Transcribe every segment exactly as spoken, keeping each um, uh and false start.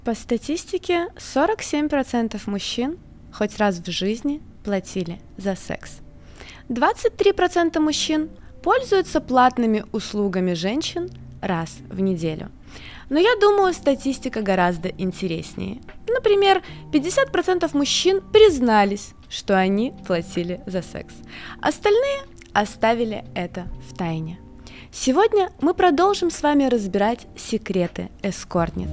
По статистике, сорок семь процентов мужчин хоть раз в жизни платили за секс. двадцать три процента мужчин пользуются платными услугами женщин раз в неделю. Но я думаю, статистика гораздо интереснее. Например, пятьдесят процентов мужчин признались, что они платили за секс. Остальные оставили это в тайне. Сегодня мы продолжим с вами разбирать секреты эскортниц.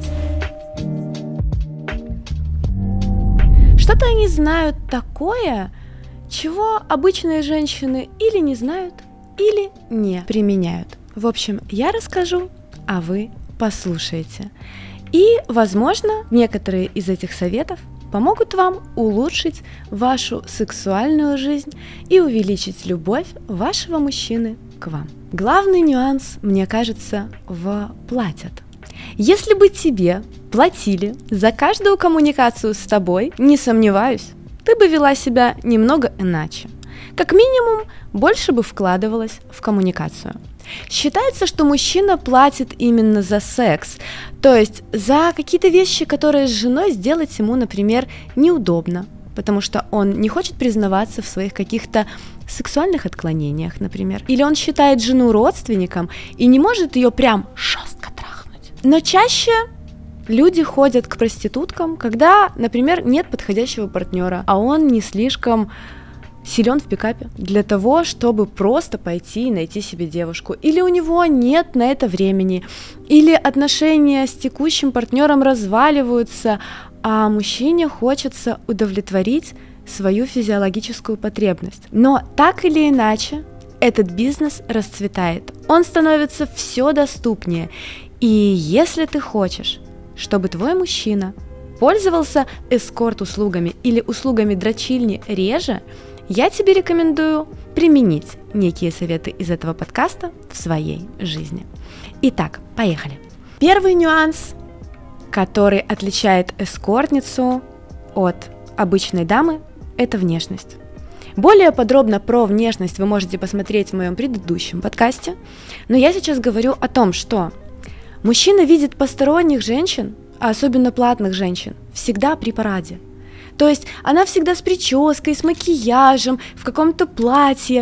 Что-то они знают такое, чего обычные женщины или не знают, или не применяют. В общем, я расскажу, а вы послушайте. И, возможно, некоторые из этих советов помогут вам улучшить вашу сексуальную жизнь и увеличить любовь вашего мужчины к вам. Главный нюанс, мне кажется, в платят. Если бы тебе платили за каждую коммуникацию с тобой, не сомневаюсь, ты бы вела себя немного иначе. Как минимум, больше бы вкладывалась в коммуникацию. Считается, что мужчина платит именно за секс, то есть за какие-то вещи, которые с женой сделать ему, например, неудобно, потому что он не хочет признаваться в своих каких-то сексуальных отклонениях, например. Или он считает жену родственником и не может ее прям жестко трахнуть. Но чаще люди ходят к проституткам, когда, например, нет подходящего партнера, а он не слишком силен в пикапе для того, чтобы просто пойти и найти себе девушку. Или у него нет на это времени, или отношения с текущим партнером разваливаются, а мужчине хочется удовлетворить свою физиологическую потребность. Но так или иначе, этот бизнес расцветает. Он становится все доступнее. И если ты хочешь, чтобы твой мужчина пользовался эскорт-услугами или услугами дрочильни реже, я тебе рекомендую применить некие советы из этого подкаста в своей жизни. Итак, поехали. Первый нюанс, который отличает эскортницу от обычной дамы, это внешность. Более подробно про внешность вы можете посмотреть в моем предыдущем подкасте, но я сейчас говорю о том, что мужчина видит посторонних женщин, а особенно платных женщин, всегда при параде. То есть она всегда с прической, с макияжем, в каком-то платье.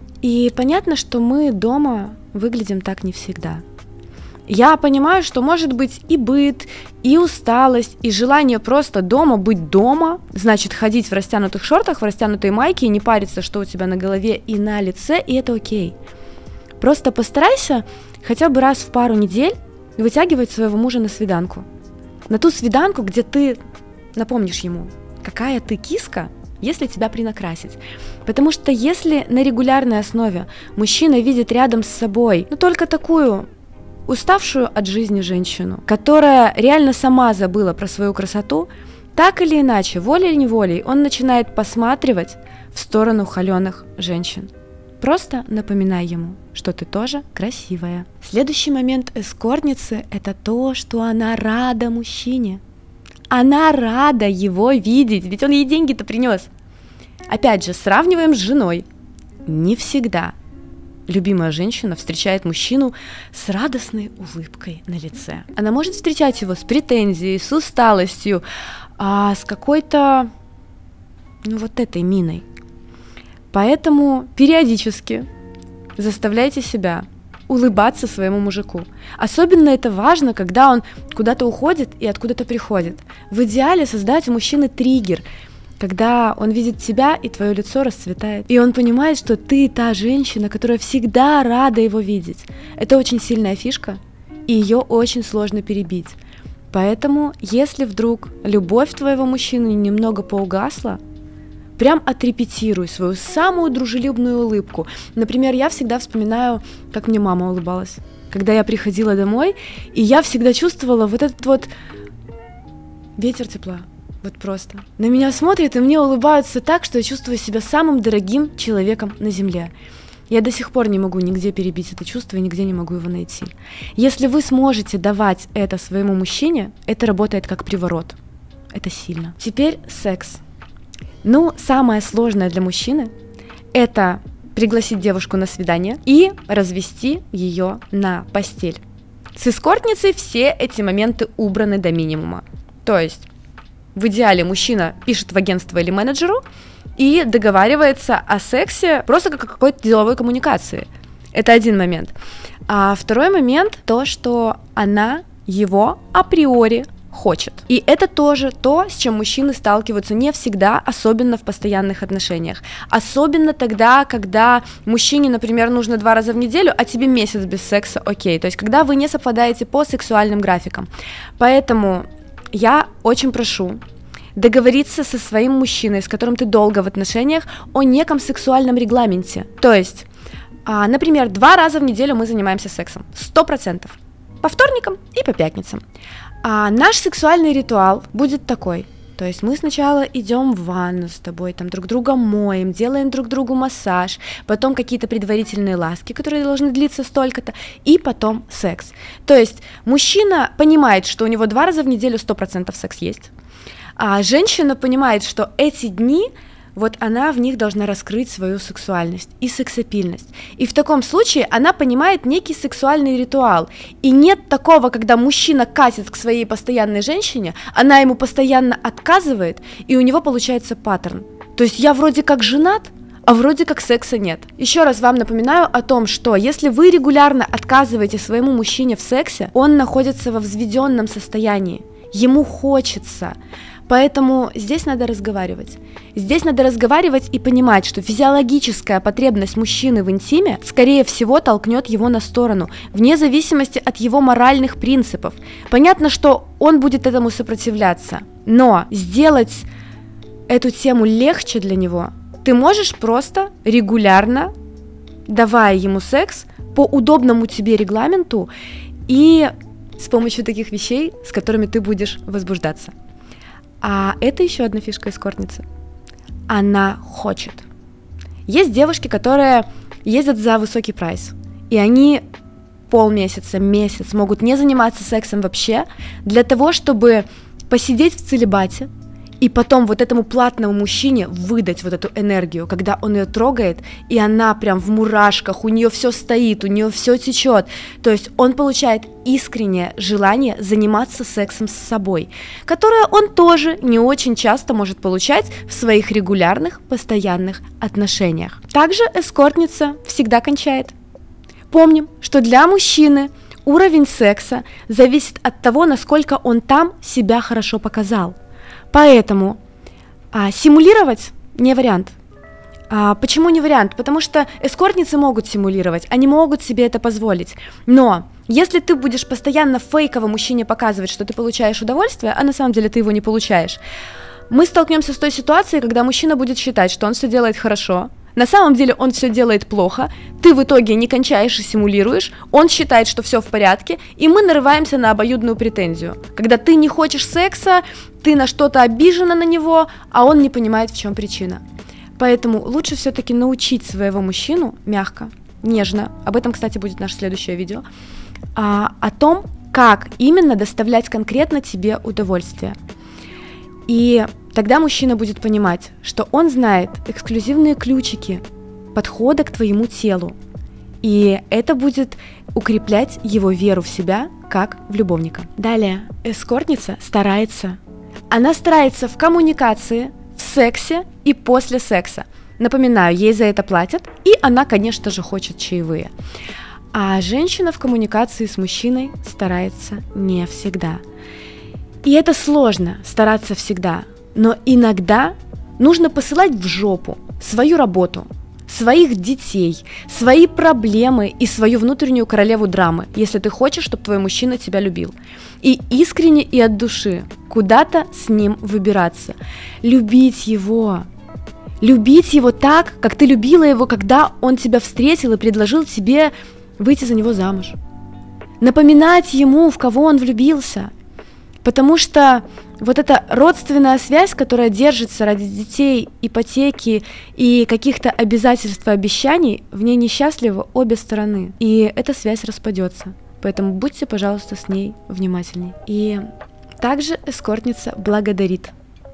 И понятно, что мы дома выглядим так не всегда. Я понимаю, что может быть и быт, и усталость, и желание просто дома быть дома, значит ходить в растянутых шортах, в растянутой майке и не париться, что у тебя на голове и на лице, и это окей. Просто постарайся хотя бы раз в пару недель вытягивать своего мужа на свиданку. На ту свиданку, где ты напомнишь ему, какая ты киска, если тебя принакрасить. Потому что если на регулярной основе мужчина видит рядом с собой, ну только такую уставшую от жизни женщину, которая реально сама забыла про свою красоту, так или иначе, волей или неволей, он начинает посматривать в сторону холеных женщин. Просто напоминай ему, что ты тоже красивая. Следующий момент эскортницы – это то, что она рада мужчине. Она рада его видеть, ведь он ей деньги-то принес. Опять же, сравниваем с женой. Не всегда любимая женщина встречает мужчину с радостной улыбкой на лице. Она может встречать его с претензией, с усталостью, а с какой-то, ну вот этой миной. Поэтому периодически заставляйте себя улыбаться своему мужику. Особенно это важно, когда он куда-то уходит и откуда-то приходит. В идеале создать у мужчины триггер, когда он видит тебя, и твое лицо расцветает. И он понимает, что ты та женщина, которая всегда рада его видеть. Это очень сильная фишка, и ее очень сложно перебить. Поэтому, если вдруг любовь твоего мужчины немного поугасла, прям отрепетируй свою самую дружелюбную улыбку. Например, я всегда вспоминаю, как мне мама улыбалась, когда я приходила домой, и я всегда чувствовала вот этот вот ветер тепла. Вот просто. На меня смотрят, и мне улыбаются так, что я чувствую себя самым дорогим человеком на земле. Я до сих пор не могу нигде перебить это чувство и нигде не могу его найти. Если вы сможете давать это своему мужчине, это работает как приворот. Это сильно. Теперь секс. Ну, самое сложное для мужчины – это пригласить девушку на свидание и развести ее на постель. С эскортницей все эти моменты убраны до минимума. То есть в идеале мужчина пишет в агентство или менеджеру и договаривается о сексе просто как о какой-то деловой коммуникации. Это один момент. А второй момент то, что она его априори хочет. И это тоже то, с чем мужчины сталкиваются не всегда, особенно в постоянных отношениях. Особенно тогда, когда мужчине, например, нужно два раза в неделю, а тебе месяц без секса, окей. То есть когда вы не совпадаете по сексуальным графикам. Поэтому я очень прошу договориться со своим мужчиной, с которым ты долго в отношениях, о неком сексуальном регламенте. То есть, а, например, два раза в неделю мы занимаемся сексом, сто процентов, по вторникам и по пятницам. А наш сексуальный ритуал будет такой. То есть мы сначала идем в ванну с тобой, там друг друга моем, делаем друг другу массаж, потом какие-то предварительные ласки, которые должны длиться столько-то, и потом секс. То есть мужчина понимает, что у него два раза в неделю сто процентов секс есть, а женщина понимает, что эти дни, вот она в них должна раскрыть свою сексуальность и сексапильность. И в таком случае она понимает некий сексуальный ритуал. И нет такого, когда мужчина катит к своей постоянной женщине, она ему постоянно отказывает, и у него получается паттерн. То есть я вроде как женат, а вроде как секса нет. Еще раз вам напоминаю о том, что если вы регулярно отказываете своему мужчине в сексе, он находится во взведенном состоянии, ему хочется. Поэтому здесь надо разговаривать. Здесь надо разговаривать и понимать, что физиологическая потребность мужчины в интиме, скорее всего, толкнет его на сторону, вне зависимости от его моральных принципов. Понятно, что он будет этому сопротивляться, но сделать эту тему легче для него ты можешь просто регулярно, давая ему секс по удобному тебе регламенту и с помощью таких вещей, с которыми ты будешь возбуждаться. А это еще одна фишка эскортницы. Она хочет. Есть девушки, которые ездят за высокий прайс, и они полмесяца, месяц могут не заниматься сексом вообще для того, чтобы посидеть в целибате и потом вот этому платному мужчине выдать вот эту энергию, когда он ее трогает, и она прям в мурашках, у нее все стоит, у нее все течет. То есть он получает искреннее желание заниматься сексом с собой, которое он тоже не очень часто может получать в своих регулярных, постоянных отношениях. Также эскортница всегда кончает. Помним, что для мужчины уровень секса зависит от того, насколько он там себя хорошо показал. Поэтому а, симулировать не вариант. А, почему не вариант? Потому что эскортницы могут симулировать, они могут себе это позволить. Но если ты будешь постоянно фейково мужчине показывать, что ты получаешь удовольствие, а на самом деле ты его не получаешь, мы столкнемся с той ситуацией, когда мужчина будет считать, что он все делает хорошо. На самом деле он все делает плохо, ты в итоге не кончаешь и симулируешь, он считает, что все в порядке, и мы нарываемся на обоюдную претензию. Когда ты не хочешь секса, ты на что-то обижена на него, а он не понимает, в чем причина. Поэтому лучше все-таки научить своего мужчину мягко, нежно, об этом, кстати, будет наше следующее видео, а, о том, как именно доставлять конкретно тебе удовольствие. И тогда мужчина будет понимать, что он знает эксклюзивные ключики подхода к твоему телу, и это будет укреплять его веру в себя, как в любовника. Далее, эскортница старается. Она старается в коммуникации, в сексе и после секса. Напоминаю, ей за это платят, и она, конечно же, хочет чаевые. А женщина в коммуникации с мужчиной старается не всегда. И это сложно, стараться всегда, но иногда нужно посылать в жопу свою работу, своих детей, свои проблемы и свою внутреннюю королеву драмы, если ты хочешь, чтобы твой мужчина тебя любил. И искренне и от души куда-то с ним выбираться, любить его, любить его так, как ты любила его, когда он тебя встретил и предложил тебе выйти за него замуж, напоминать ему, в кого он влюбился. Потому что вот эта родственная связь, которая держится ради детей, ипотеки и каких-то обязательств и обещаний, в ней несчастливы обе стороны. И эта связь распадется. Поэтому будьте, пожалуйста, с ней внимательней. И также эскортница благодарит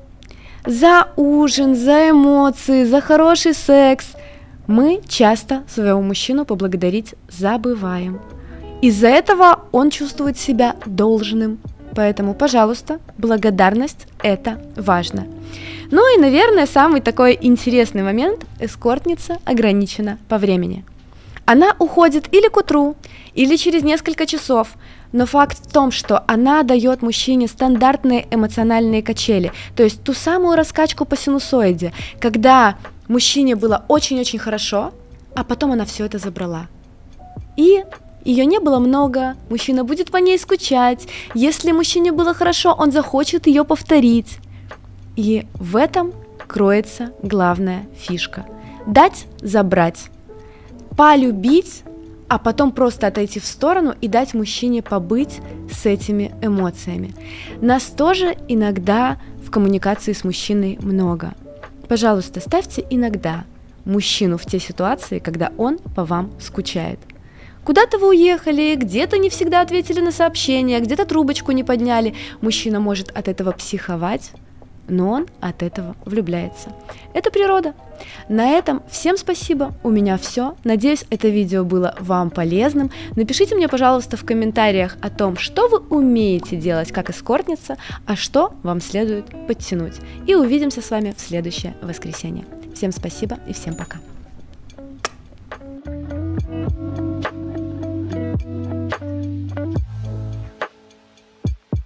за ужин, за эмоции, за хороший секс. Мы часто своего мужчину поблагодарить забываем. Из-за этого он чувствует себя должным, Поэтому, пожалуйста, благодарность – это важно. Ну и, наверное, самый такой интересный момент – эскортница ограничена по времени. Она уходит или к утру, или через несколько часов, но факт в том, что она дает мужчине стандартные эмоциональные качели, то есть ту самую раскачку по синусоиде, когда мужчине было очень-очень хорошо, а потом она все это забрала. И ее не было много, мужчина будет по ней скучать, если мужчине было хорошо, он захочет ее повторить. И в этом кроется главная фишка. Дать, забрать. Полюбить, а потом просто отойти в сторону и дать мужчине побыть с этими эмоциями. Нас тоже иногда в коммуникации с мужчиной много. Пожалуйста, ставьте иногда мужчину в те ситуации, когда он по вам скучает. Куда-то вы уехали, где-то не всегда ответили на сообщения, где-то трубочку не подняли. Мужчина может от этого психовать, но он от этого влюбляется. Это природа. На этом всем спасибо, у меня все. Надеюсь, это видео было вам полезным. Напишите мне, пожалуйста, в комментариях о том, что вы умеете делать как эскортница, а что вам следует подтянуть. И увидимся с вами в следующее воскресенье. Всем спасибо и всем пока.